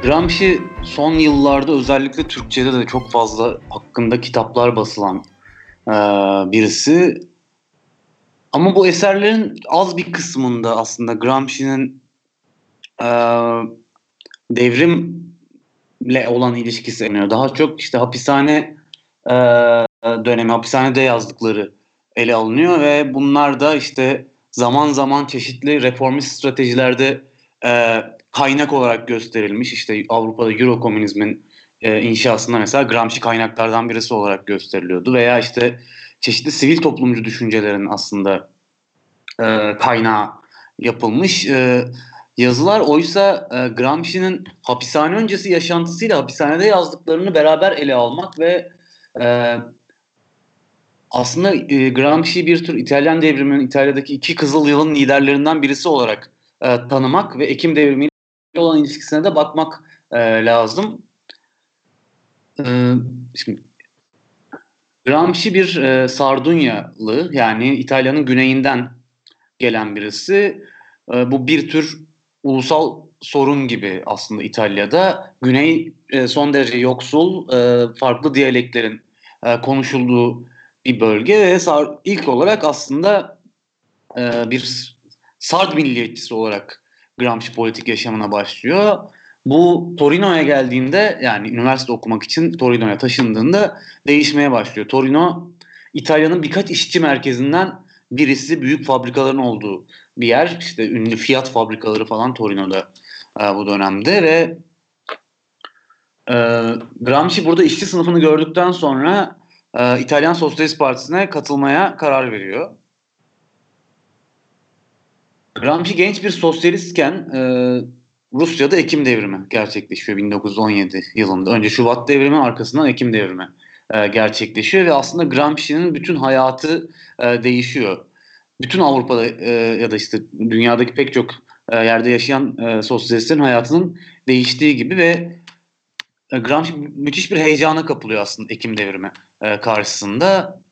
Gramsci son yıllarda özellikle Türkçe'de de çok fazla hakkında kitaplar basılan birisi. Ama bu eserlerin az bir kısmında aslında Gramsci'nin e, devrimle olan ilişkisi iniyor. Daha çok işte hapishane e, dönemi, hapishanede yazdıkları ele alınıyor ve bunlar da işte zaman zaman çeşitli reformist stratejilerde kaynak olarak gösterilmiş. İşte Avrupa'da Eurokomünizmin inşasında mesela Gramsci kaynaklardan birisi olarak gösteriliyordu. Veya işte çeşitli sivil toplumcu düşüncelerin aslında kaynağı yapılmış yazılar. Oysa Gramsci'nin hapishane öncesi yaşantısıyla hapishanede yazdıklarını beraber ele almak ve aslında Gramsci bir tür İtalyan devriminin İtalya'daki iki Kızıl Yılın liderlerinden birisi olarak tanımak ve Ekim devrimiyle olan ilişkisine de bakmak lazım. Şimdi Gramsci bir Sardunyalı, yani İtalya'nın güneyinden gelen birisi. Bu bir tür ulusal sorun gibi aslında İtalya'da. Güney son derece yoksul, farklı diyaleklerin konuşulduğu bir bölge ve ilk olarak aslında bir Sard milliyetçisi olarak Gramsci politik yaşamına başlıyor. Bu Torino'ya geldiğinde, yani üniversite okumak için Torino'ya taşındığında değişmeye başlıyor. Torino, İtalya'nın birkaç işçi merkezinden birisi, büyük fabrikaların olduğu bir yer. İşte ünlü Fiat fabrikaları falan Torino'da bu dönemde ve Gramsci burada işçi sınıfını gördükten sonra İtalyan Sosyalist Partisi'ne katılmaya karar veriyor. Gramsci genç bir sosyalistken Rusya'da Ekim devrimi gerçekleşiyor 1917 yılında. Önce Şubat devrimi, arkasından Ekim devrimi gerçekleşiyor ve aslında Gramsci'nin bütün hayatı değişiyor. Bütün Avrupa'da ya da işte dünyadaki pek çok yerde yaşayan sosyalistlerin hayatının değiştiği gibi ve Gramsci müthiş bir heyecana kapılıyor aslında Ekim devrimi karşısında.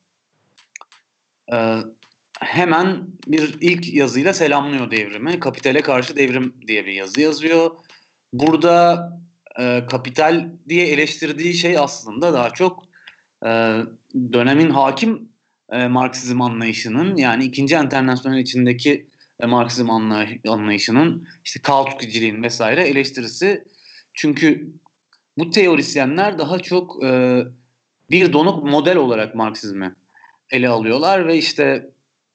Hemen bir ilk yazıyla selamlıyor devrimi. Kapitale karşı devrim diye bir yazı yazıyor. Burada kapital diye eleştirdiği şey aslında daha çok dönemin hakim Marksizm anlayışının, yani ikinci Enternasyonel içindeki Marksizm anlayışının, işte Kautsky'ciliğin vesaire eleştirisi. Çünkü bu teorisyenler daha çok bir donuk model olarak Marksizmi ele alıyorlar ve işte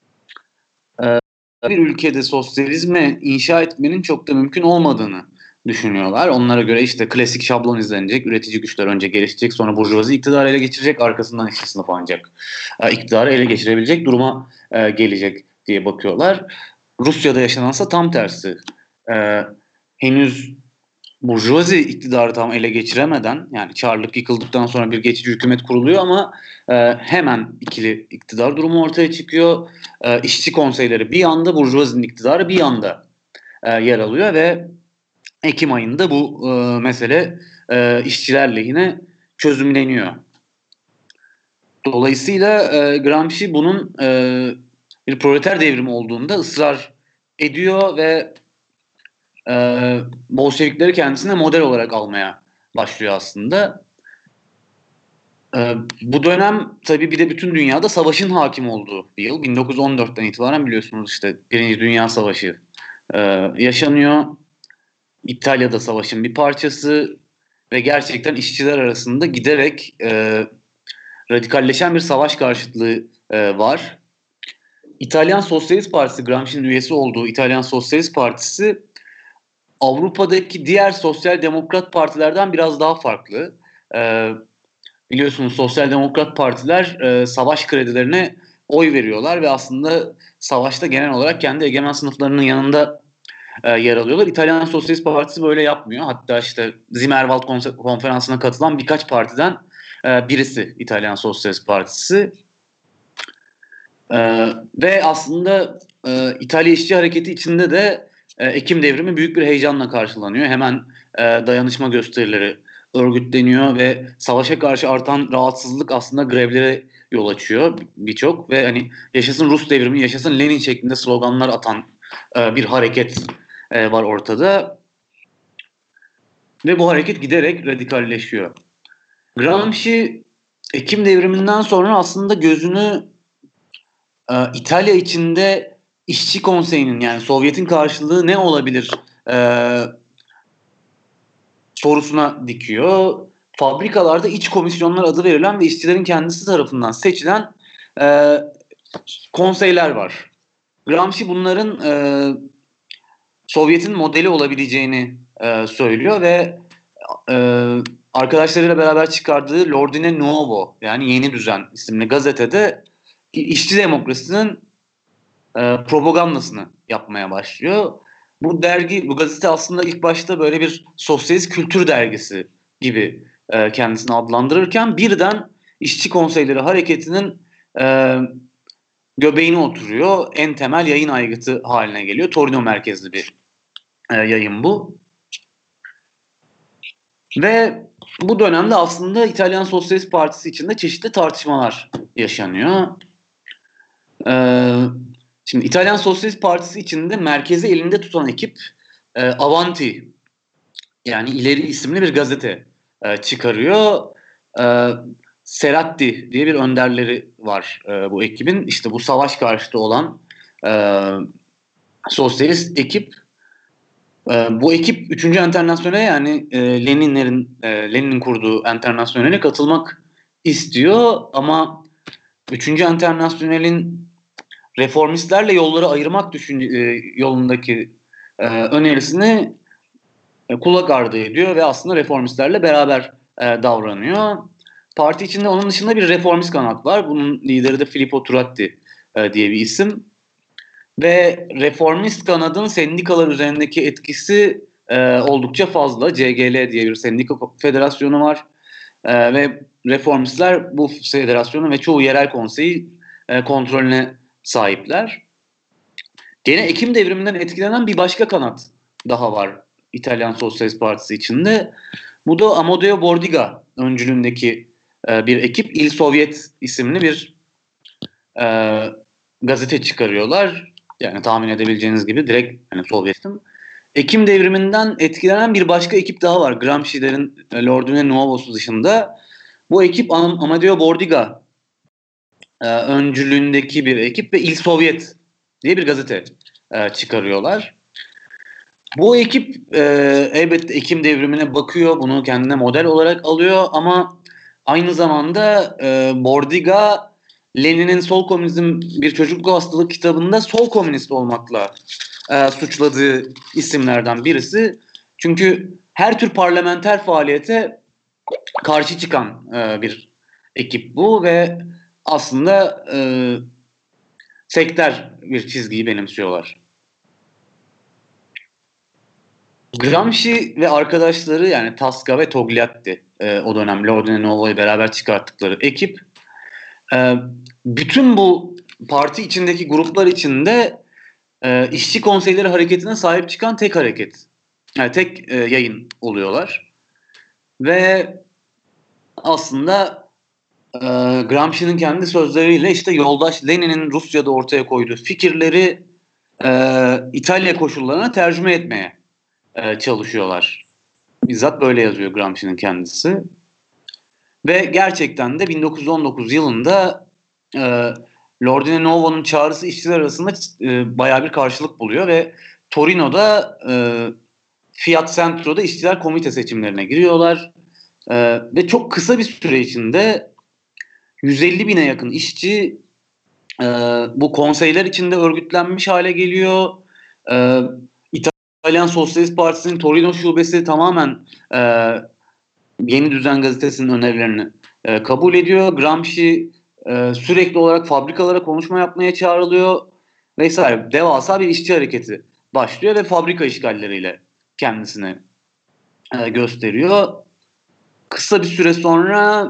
bir ülkede sosyalizmi inşa etmenin çok da mümkün olmadığını düşünüyorlar. Onlara göre işte klasik şablon izlenecek, üretici güçler önce gelişecek, sonra burjuvazi iktidarı ele geçirecek, arkasından işçi sınıfı ancak iktidarı ele geçirebilecek duruma gelecek diye bakıyorlar. Rusya'da yaşanansa tam tersi. Henüz burjuvazi iktidarı tam ele geçiremeden, yani Çarlık yıkıldıktan sonra bir geçici hükümet kuruluyor ama hemen ikili iktidar durumu ortaya çıkıyor. İşçi konseyleri bir yanda, burjuvazinin iktidarı bir yanda yer alıyor ve Ekim ayında bu mesele işçiler lehine çözümleniyor. Dolayısıyla Gramsci bunun bir proleter devrimi olduğunda ısrar ediyor ve Bolşevikleri kendisine model olarak almaya başlıyor aslında. Bu dönem tabii bir de bütün dünyada savaşın hakim olduğu bir yıl. 1914'ten itibaren biliyorsunuz işte Birinci Dünya Savaşı yaşanıyor. İtalya'da savaşın bir parçası ve gerçekten işçiler arasında giderek radikalleşen bir savaş karşıtlığı var. İtalyan Sosyalist Partisi, Gramsci'nin üyesi olduğu İtalyan Sosyalist Partisi, Avrupa'daki diğer sosyal demokrat partilerden biraz daha farklı. Biliyorsunuz sosyal demokrat partiler savaş kredilerine oy veriyorlar ve aslında savaşta genel olarak kendi egemen sınıflarının yanında yer alıyorlar. İtalyan Sosyalist Partisi böyle yapmıyor. Hatta işte Zimmerwald konferansına katılan birkaç partiden birisi İtalyan Sosyalist Partisi. Ve aslında İtalya İşçi Hareketi içinde de Ekim devrimi büyük bir heyecanla karşılanıyor. Hemen dayanışma gösterileri örgütleniyor ve savaşa karşı artan rahatsızlık aslında grevlere yol açıyor birçok ve hani yaşasın Rus devrimi, yaşasın Lenin şeklinde sloganlar atan bir hareket var ortada. Ve bu hareket giderek radikalleşiyor. Gramsci Ekim devriminden sonra aslında gözünü İtalya içinde işçi konseyinin, yani Sovyet'in karşılığı ne olabilir sorusuna dikiyor. Fabrikalarda iç komisyonlar adı verilen ve işçilerin kendisi tarafından seçilen konseyler var. Gramsci bunların Sovyet'in modeli olabileceğini söylüyor ve arkadaşlarıyla beraber çıkardığı L'Ordine Nuovo, yani Yeni Düzen isimli gazetede işçi demokrasinin propagandasını yapmaya başlıyor. Bu dergi, bu gazete aslında ilk başta böyle bir sosyalist kültür dergisi gibi kendisini adlandırırken birden işçi konseyleri hareketinin göbeğine oturuyor. En temel yayın aygıtı haline geliyor. Torino merkezli bir yayın bu. Ve bu dönemde aslında İtalyan Sosyalist Partisi içinde çeşitli tartışmalar yaşanıyor. Şimdi İtalyan Sosyalist Partisi içinde merkezi elinde tutan ekip Avanti, yani İleri isimli bir gazete çıkarıyor. Seratti diye bir önderleri var bu ekibin. İşte bu savaş karşıtı olan sosyalist ekip. Bu ekip 3. Enternasyonel'e, yani Lenin'in kurduğu Enternasyonel'e katılmak istiyor ama 3. Enternasyonel'in reformistlerle yolları ayırmak yolundaki önerisini kulak ardı ediyor ve aslında reformistlerle beraber davranıyor. Parti içinde onun dışında bir reformist kanat var. Bunun lideri de Filippo Turati diye bir isim. Ve reformist kanadın sendikalar üzerindeki etkisi oldukça fazla. CGL diye bir sendika federasyonu var. Ve reformistler bu federasyonu ve çoğu yerel konseyi kontrolüne sahipler. Gene Ekim devriminden etkilenen bir başka kanat daha var İtalyan Sosyalist Partisi içinde. Bu da Amedeo Bordiga öncülüğündeki bir ekip. Il Sovyet isimli bir gazete çıkarıyorlar. Yani tahmin edebileceğiniz gibi direkt yani Sovyet'in. Ekim devriminden etkilenen bir başka ekip daha var. Gramsci'lerin L'Ordine Nuovo'su dışında. Bu ekip Amedeo Bordiga öncülüğündeki bir ekip ve Il Sovyet diye bir gazete çıkarıyorlar. Bu ekip elbette Ekim devrimine bakıyor, bunu kendine model olarak alıyor ama aynı zamanda Bordiga, Lenin'in Sol Komünizm Bir Çocukluk Hastalığı kitabında sol komünist olmakla suçladığı isimlerden birisi. Çünkü her tür parlamenter faaliyete karşı çıkan bir ekip bu ve aslında sektör bir çizgiyi benimsiyorlar. Gramsci ve arkadaşları, yani Tasca ve Togliatti, o dönem L'Ordine Nuovo'yu beraber çıkarttıkları ekip, bütün bu parti içindeki gruplar içinde işçi konseyleri hareketine sahip çıkan tek hareket, yani tek yayın oluyorlar. Ve aslında Gramsci'nin kendi sözleriyle işte yoldaş Lenin'in Rusya'da ortaya koyduğu fikirleri İtalya koşullarına tercüme etmeye çalışıyorlar. Bizzat böyle yazıyor Gramsci'nin kendisi. Ve gerçekten de 1919 yılında L'Ordine Nuovo'nun çağrısı işçiler arasında bayağı bir karşılık buluyor ve Torino'da Fiat Centro'da işçiler komite seçimlerine giriyorlar. Ve çok kısa bir süre içinde 150 bine yakın işçi bu konseyler içinde örgütlenmiş hale geliyor. İtalyan Sosyalist Partisi'nin Torino şubesi tamamen Yeni Düzen gazetesinin önerilerini kabul ediyor. Gramsci sürekli olarak fabrikalara konuşma yapmaya çağrılıyor vesaire. Devasa bir işçi hareketi başlıyor ve fabrika işgalleriyle kendisini gösteriyor. Kısa bir süre sonra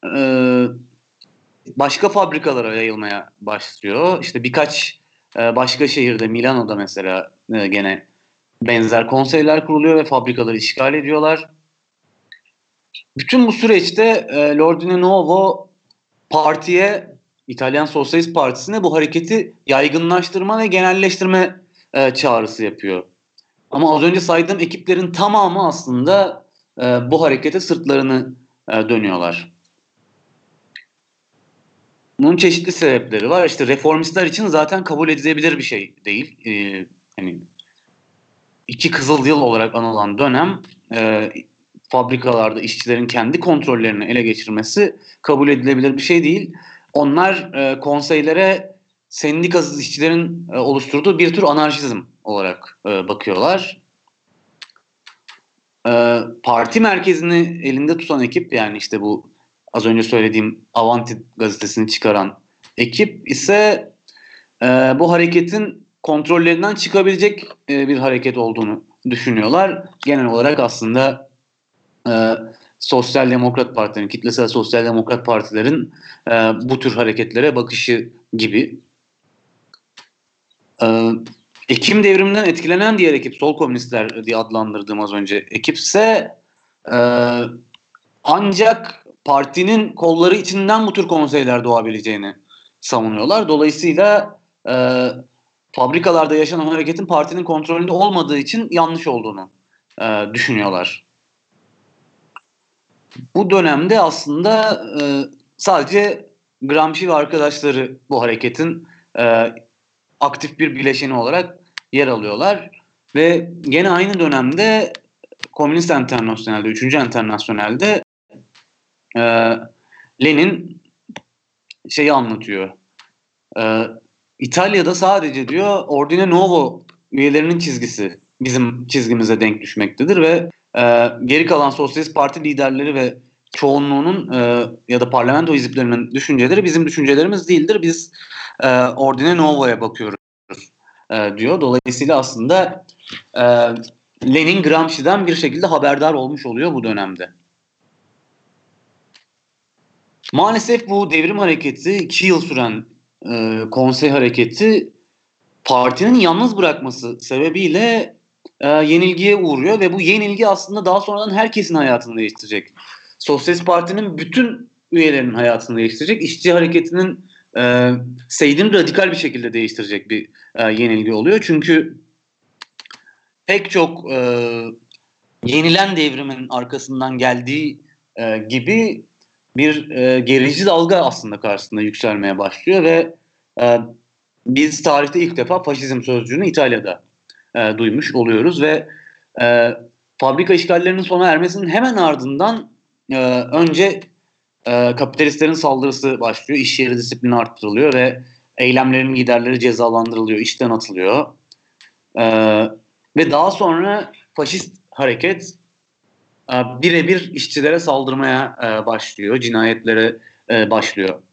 başka fabrikalara yayılmaya başlıyor. İşte birkaç başka şehirde, Milano'da mesela gene benzer konseyler kuruluyor ve fabrikaları işgal ediyorlar. Bütün bu süreçte L'Ordine Nuovo partiye, İtalyan Sosyalist Partisi'ne bu hareketi yaygınlaştırma ve genelleştirme çağrısı yapıyor. Ama az önce saydığım ekiplerin tamamı aslında bu harekete sırtlarını dönüyorlar. Bunun çeşitli sebepleri var. İşte reformistler için zaten kabul edilebilir bir şey değil. Hani iki Kızıl Yıl olarak anılan dönem fabrikalarda işçilerin kendi kontrollerini ele geçirmesi kabul edilebilir bir şey değil. Onlar konseylere sendikasız işçilerin oluşturduğu bir tür anarşizm olarak bakıyorlar. Parti merkezini elinde tutan ekip, yani işte bu az önce söylediğim Avanti gazetesini çıkaran ekip ise bu hareketin kontrollerinden çıkabilecek bir hareket olduğunu düşünüyorlar. Genel olarak aslında sosyal demokrat partilerin, kitlesel sosyal demokrat partilerin bu tür hareketlere bakışı gibi. Ekim devriminden etkilenen diğer ekip, sol komünistler diye adlandırdığım az önce ekip ise ancak partinin kolları içinden bu tür konseyler doğabileceğini savunuyorlar. Dolayısıyla fabrikalarda yaşanan hareketin partinin kontrolünde olmadığı için yanlış olduğunu düşünüyorlar. Bu dönemde aslında sadece Gramsci ve arkadaşları bu hareketin aktif bir bileşeni olarak yer alıyorlar. Ve gene aynı dönemde Komünist Enternasyonel'de, 3. Enternasyonel'de Lenin şeyi anlatıyor. İtalya'da sadece diyor Ordine Nuovo üyelerinin çizgisi bizim çizgimize denk düşmektedir ve geri kalan Sosyalist Parti liderleri ve çoğunluğunun ya da parlamento hiziplerinin düşünceleri bizim düşüncelerimiz değildir. Biz Ordine Nuovo'ya bakıyoruz diyor. Dolayısıyla aslında Lenin Gramsci'den bir şekilde haberdar olmuş oluyor bu dönemde. Maalesef bu devrim hareketi, 2 yıl süren konsey hareketi partinin yalnız bırakması sebebiyle yenilgiye uğruyor ve bu yenilgi aslında daha sonradan herkesin hayatını değiştirecek. Sosyalist Parti'nin bütün üyelerinin hayatını değiştirecek. İşçi hareketinin seyrini radikal bir şekilde değiştirecek bir yenilgi oluyor. Çünkü pek çok yenilen devrimin arkasından geldiği gibi bir gerici dalga aslında karşısında yükselmeye başlıyor ve biz tarihte ilk defa faşizm sözcüğünü İtalya'da duymuş oluyoruz ve fabrika işgallerinin sona ermesinin hemen ardından önce kapitalistlerin saldırısı başlıyor, iş yeri disiplini arttırılıyor ve eylemlerin liderleri cezalandırılıyor, işten atılıyor ve daha sonra faşist hareket birebir işçilere saldırmaya başlıyor, cinayetlere başlıyor.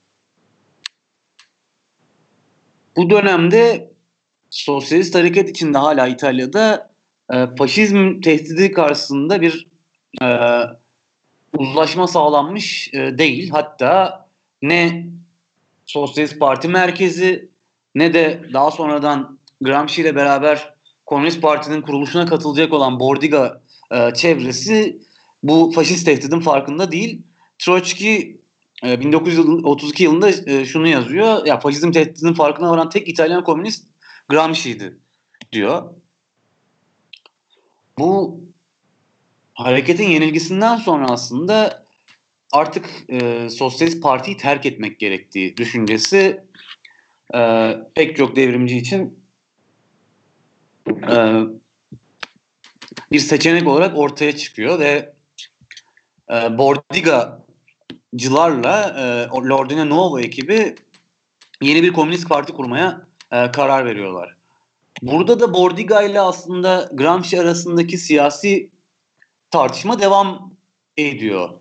Bu dönemde sosyalist hareket içinde hala İtalya'da faşizm tehdidi karşısında bir uzlaşma sağlanmış değil. Hatta ne Sosyalist Parti merkezi ne de daha sonradan Gramsci ile beraber Komünist Parti'nin kuruluşuna katılacak olan Bordiga çevresi bu faşist tehdidin farkında değil. Troçki 1932 yılında şunu yazıyor. Ya faşizm tehdidinin farkına varan tek İtalyan komünist Gramsci'ydi diyor. Bu hareketin yenilgisinden sonra aslında artık Sosyalist Parti'yi terk etmek gerektiği düşüncesi pek çok devrimci için bir seçenek olarak ortaya çıkıyor ve Bordigacılarla L'Ordine Nuovo ekibi yeni bir komünist parti kurmaya karar veriyorlar. Burada da Bordiga ile aslında Gramsci arasındaki siyasi tartışma devam ediyor.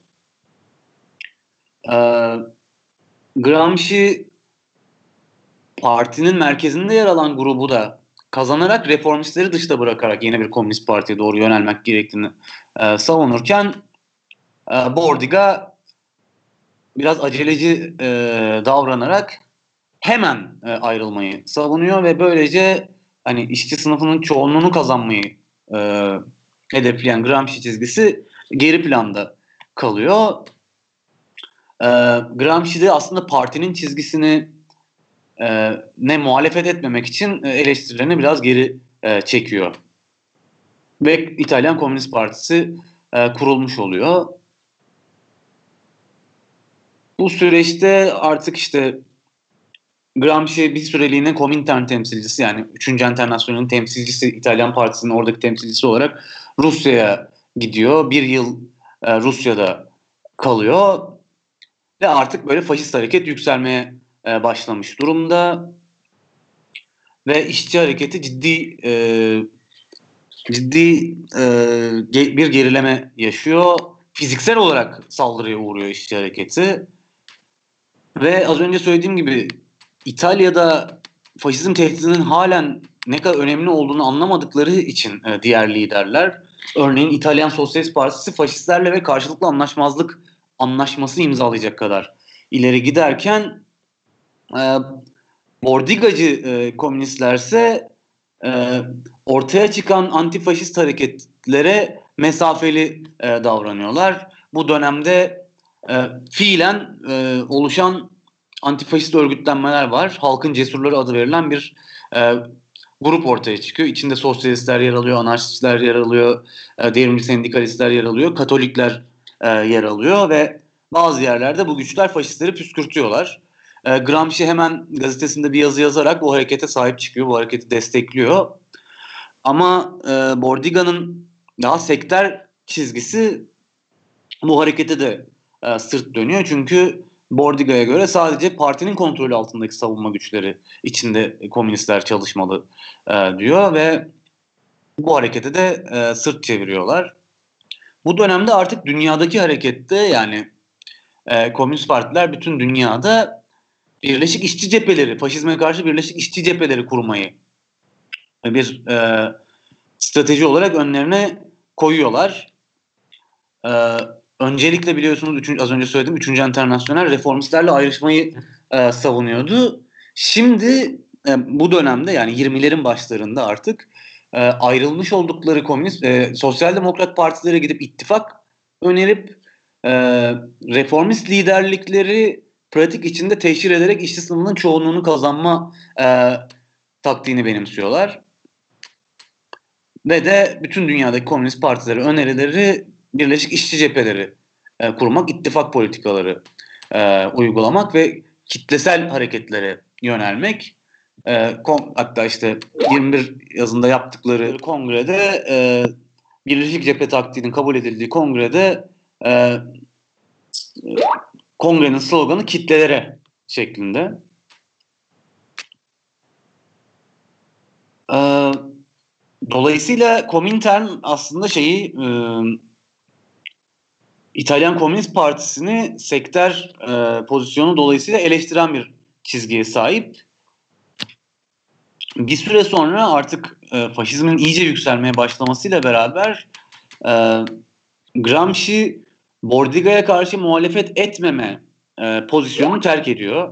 Gramsci partinin merkezinde yer alan grubu da kazanarak reformistleri dışta bırakarak yeni bir komünist partiye doğru yönelmek gerektiğini savunurken Bordiga biraz aceleci davranarak hemen ayrılmayı savunuyor ve böylece hani işçi sınıfının çoğunluğunu kazanmayı hedefleyen Gramsci çizgisi geri planda kalıyor. Gramsci de aslında partinin çizgisini ne muhalefet etmemek için eleştirilerini biraz geri çekiyor. Ve İtalyan Komünist Partisi kurulmuş oluyor. Bu süreçte artık işte Gramsci bir süreliğine Komintern temsilcisi, yani 3. Enternasyonel'in temsilcisi, İtalyan Partisi'nin oradaki temsilcisi olarak Rusya'ya gidiyor. Bir yıl Rusya'da kalıyor ve artık böyle faşist hareket yükselmeye başlamış durumda. Ve işçi hareketi ciddi bir gerileme yaşıyor. Fiziksel olarak saldırıya uğruyor işçi hareketi. Ve az önce söylediğim gibi İtalya'da faşizm tehdidinin halen ne kadar önemli olduğunu anlamadıkları için diğer liderler, örneğin İtalyan Sosyalist Partisi faşistlerle ve karşılıklı anlaşması imzalayacak kadar ileri giderken Bordigacı komünistlerse ortaya çıkan antifaşist hareketlere mesafeli davranıyorlar. Bu dönemde fiilen oluşan antifaşist örgütlenmeler var. Halkın Cesurları adı verilen bir grup ortaya çıkıyor. İçinde sosyalistler yer alıyor, anarşistler yer alıyor, devrimci sendikalistler yer alıyor, Katolikler yer alıyor ve bazı yerlerde bu güçler faşistleri püskürtüyorlar. Gramsci hemen gazetesinde bir yazı yazarak bu harekete sahip çıkıyor, bu hareketi destekliyor. Ama Bordiga'nın daha sektör çizgisi bu harekete de sırt dönüyor. Çünkü Bordiga'ya göre sadece partinin kontrolü altındaki savunma güçleri içinde komünistler çalışmalı diyor ve bu harekete de sırt çeviriyorlar. Bu dönemde artık dünyadaki harekette, yani komünist partiler bütün dünyada birleşik işçi cepheleri, faşizme karşı birleşik işçi cepheleri kurmayı bir strateji olarak önlerine koyuyorlar. Öncelikle biliyorsunuz az önce söylediğim 3. Enternasyonel reformistlerle ayrışmayı savunuyordu. Şimdi bu dönemde, yani 20'lerin başlarında artık ayrılmış oldukları sosyal demokrat partilere gidip ittifak önerip reformist liderlikleri pratik içinde teşhir ederek işçi sınıfının çoğunluğunu kazanma taktiğini benimsiyorlar. Ve de bütün dünyadaki komünist partilere önerileri birleşik işçi cepheleri kurmak, ittifak politikaları uygulamak ve kitlesel hareketlere yönelmek. Hatta işte 21 yazında yaptıkları kongrede, birleşik cephe taktiğinin kabul edildiği kongrede kongrenin sloganı kitlelere şeklinde. Dolayısıyla Komintern aslında İtalyan Komünist Partisi'ni sektör pozisyonu dolayısıyla eleştiren bir çizgiye sahip. Bir süre sonra artık faşizmin iyice yükselmeye başlamasıyla beraber Gramsci Bordiga'ya karşı muhalefet etmeme pozisyonunu terk ediyor.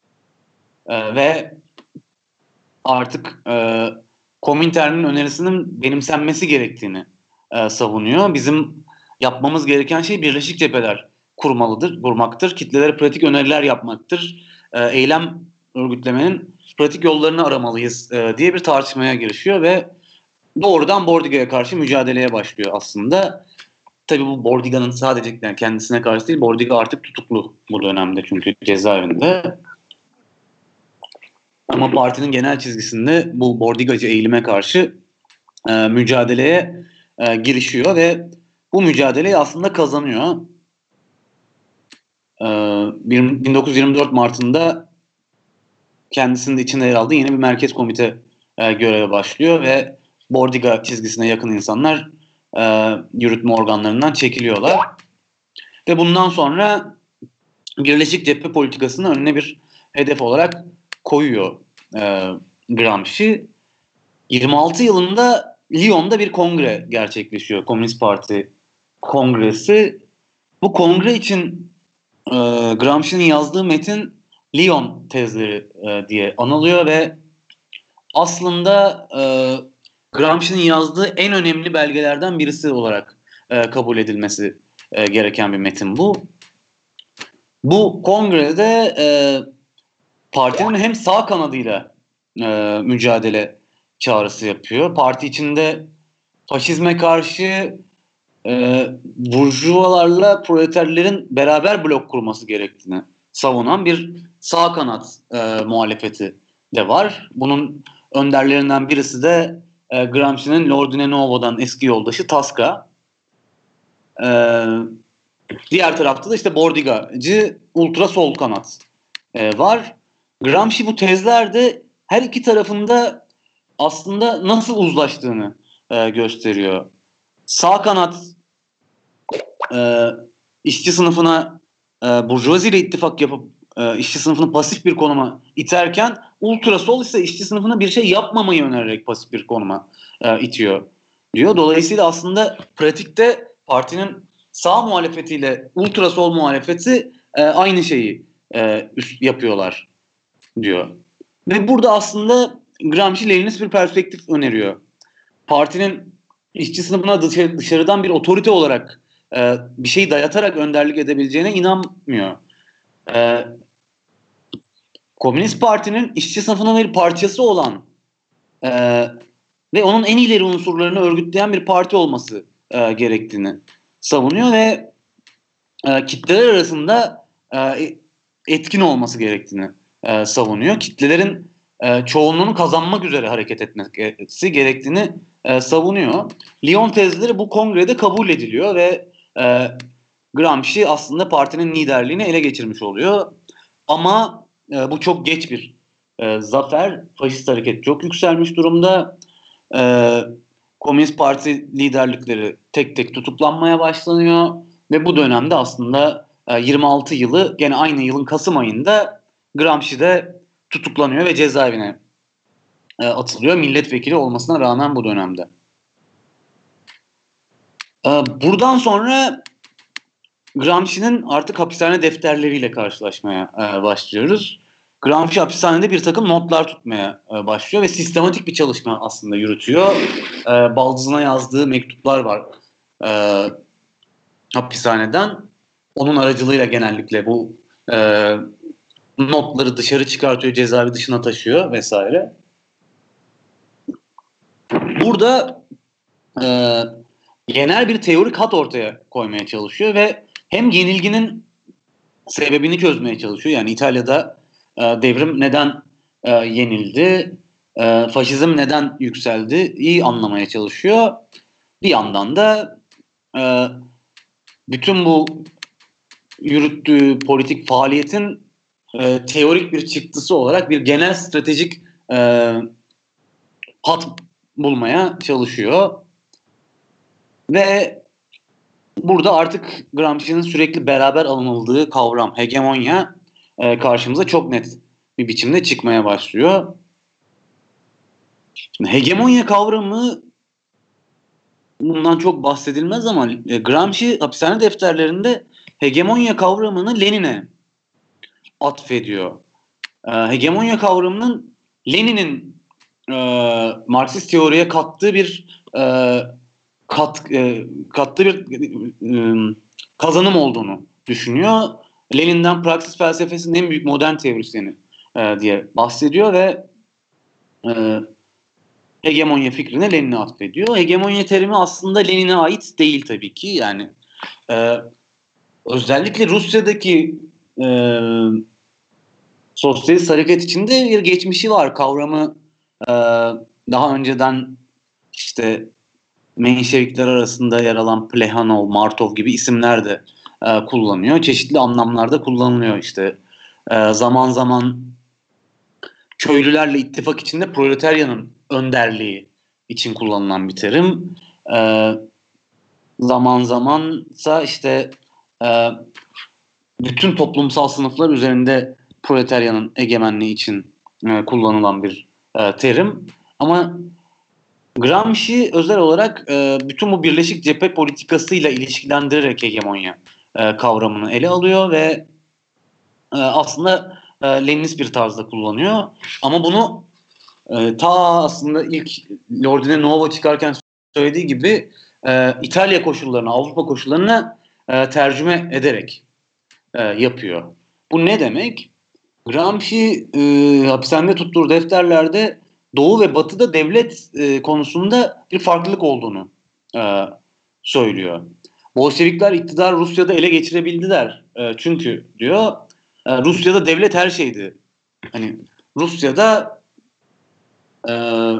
Ve artık Komintern'in önerisinin benimsenmesi gerektiğini savunuyor. Bizim yapmamız gereken şey birleşik cepheler kurmaktır. Kitlelere pratik öneriler yapmaktır. Eylem örgütlemenin pratik yollarını aramalıyız diye bir tartışmaya girişiyor ve doğrudan Bordiga'ya karşı mücadeleye başlıyor aslında. Tabii bu Bordiga'nın sadece yani kendisine karşı değil, Bordiga artık tutuklu bu dönemde çünkü cezaevinde. Ama partinin genel çizgisinde bu Bordigacı eğilime karşı mücadeleye girişiyor ve bu mücadeleyi aslında kazanıyor. 1924 Mart'ında kendisinin de içinde yer aldığı yeni bir merkez komite göreve başlıyor ve Bordiga çizgisine yakın insanlar yürütme organlarından çekiliyorlar. Ve bundan sonra birleşik cephe politikasını önüne bir hedef olarak koyuyor Gramsci. 26 yılında Lyon'da bir kongre gerçekleşiyor. Komünist Parti kongresi. Bu kongre için Gramsci'nin yazdığı metin Lyon tezleri diye anılıyor ve aslında Gramsci'nin yazdığı en önemli belgelerden birisi olarak kabul edilmesi gereken bir metin bu. Bu kongrede partinin hem sağ kanadıyla mücadele çağrısı yapıyor. Parti içinde faşizme karşı burjuvalarla proleterlerin beraber blok kurması gerektiğini savunan bir sağ kanat muhalefeti de var. Bunun önderlerinden birisi de Gramsci'nin L'Ordine Nuovo'dan eski yoldaşı Tasca. Diğer tarafta da işte Bordigacı ultra sol kanat var. Gramsci bu tezlerde her iki tarafında aslında nasıl uzlaştığını gösteriyor. Sağ kanat işçi sınıfına burjuvazi ile ittifak yapıp işçi sınıfını pasif bir konuma iterken ultra sol ise işçi sınıfına bir şey yapmamayı önererek pasif bir konuma itiyor diyor. Dolayısıyla aslında pratikte partinin sağ muhalefetiyle ultra sol muhalefeti aynı şeyi yapıyorlar diyor. Ve burada aslında Gramsci Leninist bir perspektif öneriyor. Partinin işçi sınıfına dışarıdan bir otorite olarak bir şey dayatarak önderlik edebileceğine inanmıyor. Komünist Parti'nin işçi sınıfının bir parçası olan ve onun en ileri unsurlarını örgütleyen bir parti olması gerektiğini savunuyor ve kitleler arasında etkin olması gerektiğini savunuyor. Kitlelerin çoğunluğunu kazanmak üzere hareket etmesi gerektiğini savunuyor. Lyon tezleri bu kongrede kabul ediliyor ve Gramsci aslında partinin liderliğini ele geçirmiş oluyor. Ama bu çok geç bir zafer. Faşist hareket çok yükselmiş durumda. Komünist Parti liderlikleri tek tek tutuklanmaya başlanıyor ve bu dönemde aslında 26 yılı gene aynı yılın Kasım ayında Gramsci de tutuklanıyor ve cezaevine atılıyor. Milletvekili olmasına rağmen bu dönemde. Buradan sonra Gramsci'nin artık hapishane defterleriyle karşılaşmaya başlıyoruz. Gramsci hapishanede bir takım notlar tutmaya başlıyor ve sistematik bir çalışma aslında yürütüyor. Baldızına yazdığı mektuplar var hapishaneden. Onun aracılığıyla genellikle bu notları dışarı çıkartıyor, cezaevi dışına taşıyor vesaire. Burada genel bir teorik hat ortaya koymaya çalışıyor ve hem yenilginin sebebini çözmeye çalışıyor. Yani İtalya'da devrim neden yenildi, faşizm neden yükseldi iyi anlamaya çalışıyor. Bir yandan da bütün bu yürüttüğü politik faaliyetin teorik bir çıktısı olarak bir genel stratejik hat bulmaya çalışıyor. Ve burada artık Gramsci'nin sürekli beraber alınıldığı kavram hegemonya karşımıza çok net bir biçimde çıkmaya başlıyor. Şimdi hegemonya kavramı bundan çok bahsedilmez ama Gramsci hapishane defterlerinde hegemonya kavramını Lenin'e atfediyor. Hegemonya kavramının Lenin'in Marksist teoriye kattığı bir kazanım olduğunu düşünüyor. Lenin'den Praksis felsefesinin en büyük modern teorisyeni diye bahsediyor ve hegemonya fikrini Lenin'e atfediyor. Hegemonya terimi aslında Lenin'e ait değil tabii ki. Yani özellikle Rusya'daki sosyalist hareket içinde bir geçmişi var. Kavramı daha önceden işte Menşevikler arasında yer alan Plekhanov, Martov gibi isimler de kullanıyor. Çeşitli anlamlarda kullanılıyor işte. Zaman zaman köylülerle ittifak içinde proletaryanın önderliği için kullanılan bir terim. Zaman zamansa işte bütün toplumsal sınıflar üzerinde proletaryanın egemenliği için kullanılan bir terim. Ama Gramsci özel olarak bütün bu birleşik cephe politikasıyla ilişkilendirerek hegemonya kavramını ele alıyor ve aslında Leninist bir tarzda kullanıyor. Ama bunu ta aslında ilk L'Ordine Nuovo çıkarken söylediği gibi İtalya koşullarına, Avrupa koşullarına tercüme ederek yapıyor. Bu ne demek? Gramsci hapishanede tuttuğu defterlerde Doğu ve Batı'da devlet konusunda bir farklılık olduğunu söylüyor. Bolşevikler iktidar Rusya'da ele geçirebildiler. Çünkü diyor Rusya'da devlet her şeydi. Hani Rusya'da e,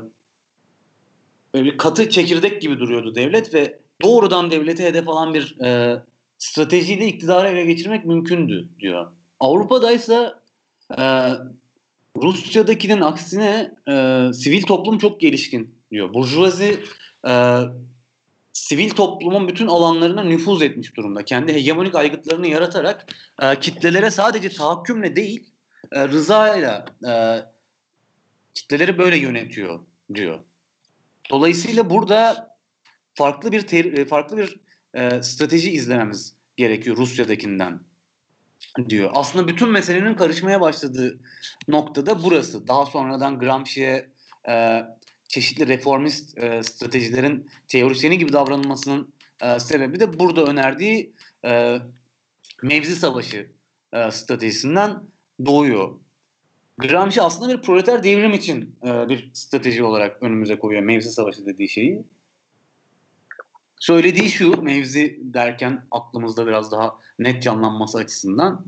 böyle katı çekirdek gibi duruyordu devlet ve doğrudan devlete hedef alan bir stratejiyle iktidarı ele geçirmek mümkündü diyor. Avrupa'da ise e, Rusya'dakinin aksine sivil toplum çok gelişkin diyor. Burjuvazi e, sivil toplumun bütün alanlarına nüfuz etmiş durumda. Kendi hegemonik aygıtlarını yaratarak kitlelere sadece tahakkümle değil, rızayla kitleleri böyle yönetiyor diyor. Dolayısıyla burada farklı bir strateji izlememiz gerekiyor Rusya'dakinden diyor. Aslında bütün meselenin karışmaya başladığı noktada burası. Daha sonradan Gramsci'ye çeşitli reformist stratejilerin teorisyeni gibi davranılmasının sebebi de burada önerdiği mevzi savaşı stratejisinden doğuyor. Gramsci aslında bir proleter devrim için bir strateji olarak önümüze koyuyor mevzi savaşı dediği şeyi. Söylediği şu, mevzi derken aklımızda biraz daha net canlanması açısından.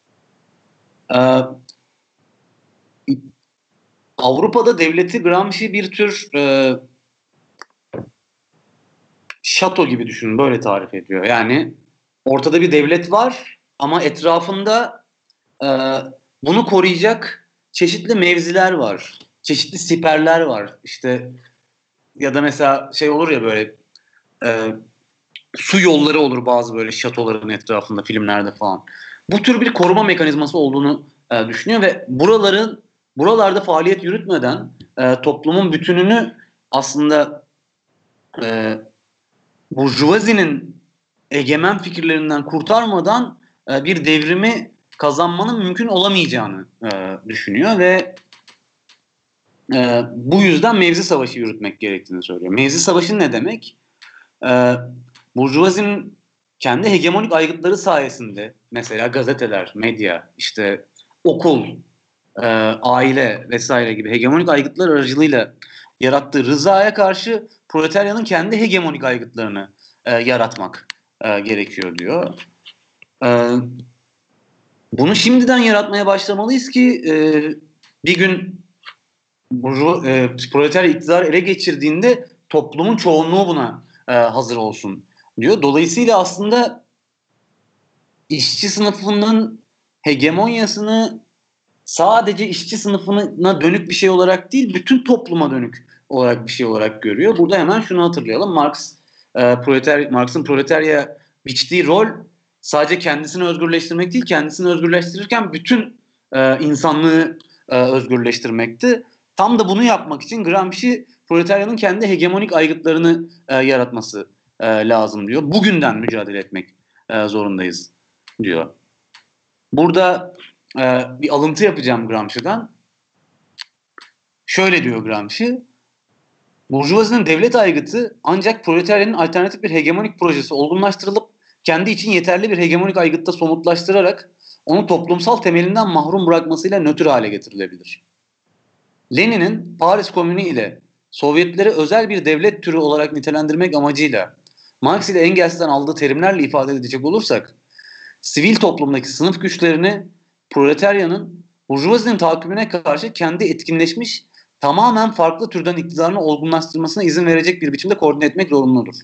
Avrupa'da devleti Gramsci bir tür şato gibi düşünün, böyle tarif ediyor. Yani ortada bir devlet var ama etrafında bunu koruyacak çeşitli mevziler var. Çeşitli siperler var. İşte ya da mesela şey olur ya böyle su yolları olur bazı böyle şatoların etrafında filmlerde falan. Bu tür bir koruma mekanizması olduğunu düşünüyor ve buralarda faaliyet yürütmeden toplumun bütününü aslında burjuvazinin egemen fikirlerinden kurtarmadan bir devrimi kazanmanın mümkün olamayacağını düşünüyor ve bu yüzden mevzi savaşı yürütmek gerektiğini söylüyor. Mevzi savaşı ne demek? Burjuvazinin kendi hegemonik aygıtları sayesinde mesela gazeteler, medya, işte okul, aile vesaire gibi hegemonik aygıtlar aracılığıyla yarattığı rızaya karşı proletaryanın kendi hegemonik aygıtlarını yaratmak gerekiyor diyor. Bunu şimdiden yaratmaya başlamalıyız ki bir gün proletarya iktidar ele geçirdiğinde toplumun çoğunluğu buna hazır olsun diyor. Dolayısıyla aslında işçi sınıfının hegemonyasını sadece işçi sınıfına dönük bir şey olarak değil, bütün topluma dönük olarak bir şey olarak görüyor. Burada hemen şunu hatırlayalım. Marx'ın proletarya biçtiği rol sadece kendisini özgürleştirmek değil, kendisini özgürleştirirken bütün insanlığı özgürleştirmekti. Tam da bunu yapmak için Gramsci proletaryanın kendi hegemonik aygıtlarını yaratması lazım diyor. Bugünden mücadele etmek zorundayız diyor. Burada bir alıntı yapacağım Gramsci'den. Şöyle diyor Gramsci: Burjuvazinin devlet aygıtı ancak proletaryanın alternatif bir hegemonik projesi olgunlaştırılıp kendi için yeterli bir hegemonik aygıtta somutlaştırarak onu toplumsal temelinden mahrum bırakmasıyla nötr hale getirilebilir. Lenin'in Paris Komünü ile Sovyetleri özel bir devlet türü olarak nitelendirmek amacıyla Marx ile Engels'ten aldığı terimlerle ifade edecek olursak, sivil toplumdaki sınıf güçlerini proletaryanın burjuvazinin tahakkümüne karşı kendi etkinleşmiş tamamen farklı türden iktidarını olgunlaştırmasına izin verecek bir biçimde koordine etmek zorunludur.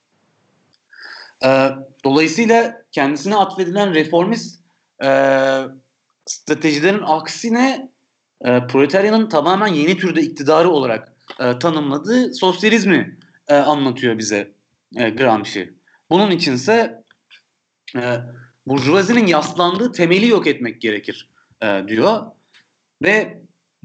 Dolayısıyla kendisine atfedilen reformist stratejilerin aksine proletaryanın tamamen yeni türde iktidarı olarak tanımladığı sosyalizmi anlatıyor bize Gramsci. Bunun içinse burjuvazinin yaslandığı temeli yok etmek gerekir diyor ve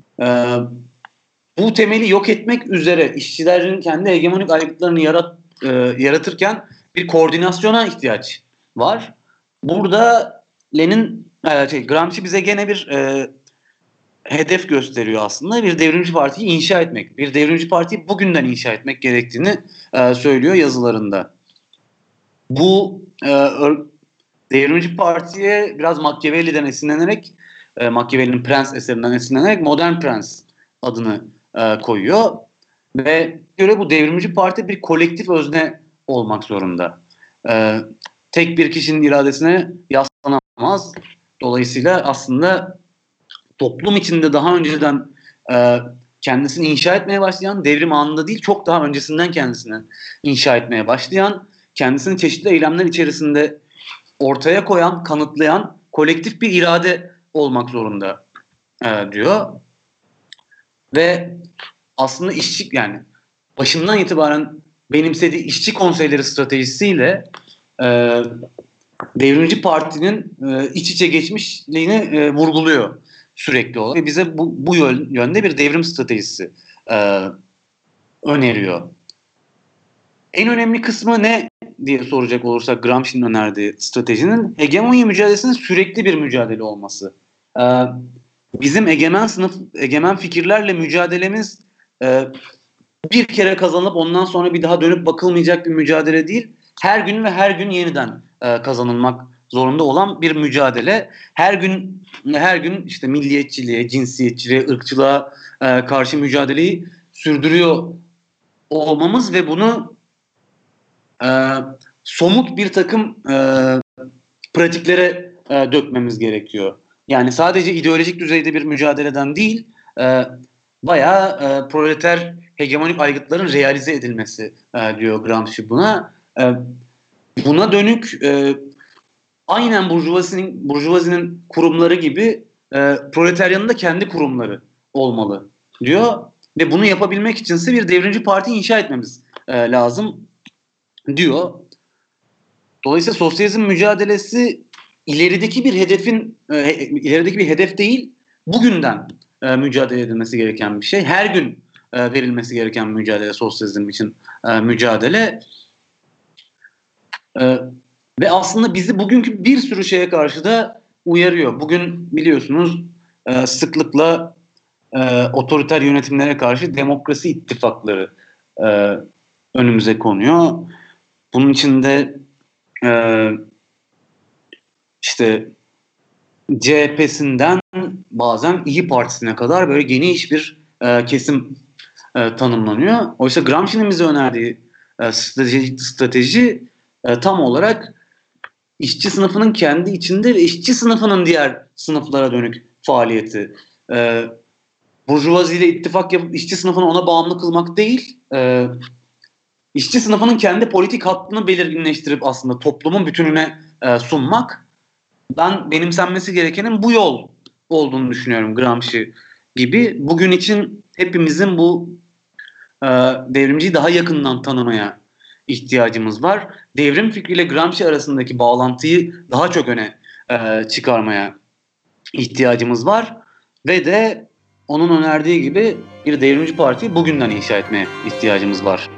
bu temeli yok etmek üzere işçilerin kendi hegemonik aygıtlarını yaratırken bir koordinasyona ihtiyaç var. Burada Gramsci bize gene bir hedef gösteriyor aslında. Bir devrimci partiyi inşa etmek. Bir devrimci partiyi bugünden inşa etmek gerektiğini söylüyor yazılarında. Bu devrimci partiye biraz Machiavelli'den esinlenerek, Machiavelli'nin Prens eserinden esinlenerek Modern Prens adını koyuyor. Ve göre bu devrimci parti bir kolektif özne olmak zorunda. tek bir kişinin iradesine yaslanamaz. Dolayısıyla aslında toplum içinde daha önceden kendisini inşa etmeye başlayan, devrim anında değil çok daha öncesinden kendisini inşa etmeye başlayan, kendisini çeşitli eylemler içerisinde ortaya koyan, kanıtlayan kolektif bir irade olmak zorunda diyor. Ve aslında işçi, yani başından itibaren benimsediği işçi konseyleri stratejisiyle Devrimci Parti'nin iç içe geçmişliğini vurguluyor sürekli olarak. Ve bize bu yönde bir devrim stratejisi öneriyor. En önemli kısmı ne diye soracak olursak Gramsci'nin önerdiği stratejinin hegemonya mücadelesinin sürekli bir mücadele olması. Bizim egemen fikirlerle mücadelemiz bir kere kazanıp ondan sonra bir daha dönüp bakılmayacak bir mücadele değil. Her gün ve her gün yeniden kazanılmak zorunda olan bir mücadele. Her gün işte milliyetçiliğe, cinsiyetçiliğe, ırkçılığa karşı mücadeleyi sürdürüyor olmamız ve bunu somut bir takım pratiklere dökmemiz gerekiyor. Yani sadece ideolojik düzeyde bir mücadeleden değil, bayağı proleter hegemonik aygıtların realize edilmesi diyor Gramsci buna. Buna dönük aynen burjuvazinin kurumları gibi proletaryanın da kendi kurumları olmalı diyor. Ve bunu yapabilmek içinse bir devrimci parti inşa etmemiz lazım diyor. Dolayısıyla sosyalizm mücadelesi ilerideki bir hedef değil, bugünden mücadele edilmesi gereken bir şey. Her gün verilmesi gereken mücadele, sosyalizm için mücadele. Ve aslında bizi bugünkü bir sürü şeye karşı da uyarıyor. Bugün biliyorsunuz sıklıkla otoriter yönetimlere karşı demokrasi ittifakları önümüze konuyor. Bunun içinde işte CHP'sinden bazen İyi Partisi'ne kadar böyle geniş bir kesim tanımlanıyor. Oysa Gramsci'nin bize önerdiği strateji tam olarak işçi sınıfının kendi içinde ve işçi sınıfının diğer sınıflara dönük faaliyeti. Burjuvazi ile ittifak yapıp işçi sınıfını ona bağımlı kılmak değil, işçi sınıfının kendi politik hattını belirginleştirip aslında toplumun bütününe sunmak. Ben benimsenmesi gerekenin bu yol olduğunu düşünüyorum Gramsci gibi. Bugün için hepimizin bu devrimciyi daha yakından tanımaya ihtiyacımız var. Devrim fikriyle Gramsci arasındaki bağlantıyı daha çok öne çıkarmaya ihtiyacımız var. Ve de onun önerdiği gibi bir devrimci partiyi bugünden inşa etmeye ihtiyacımız var.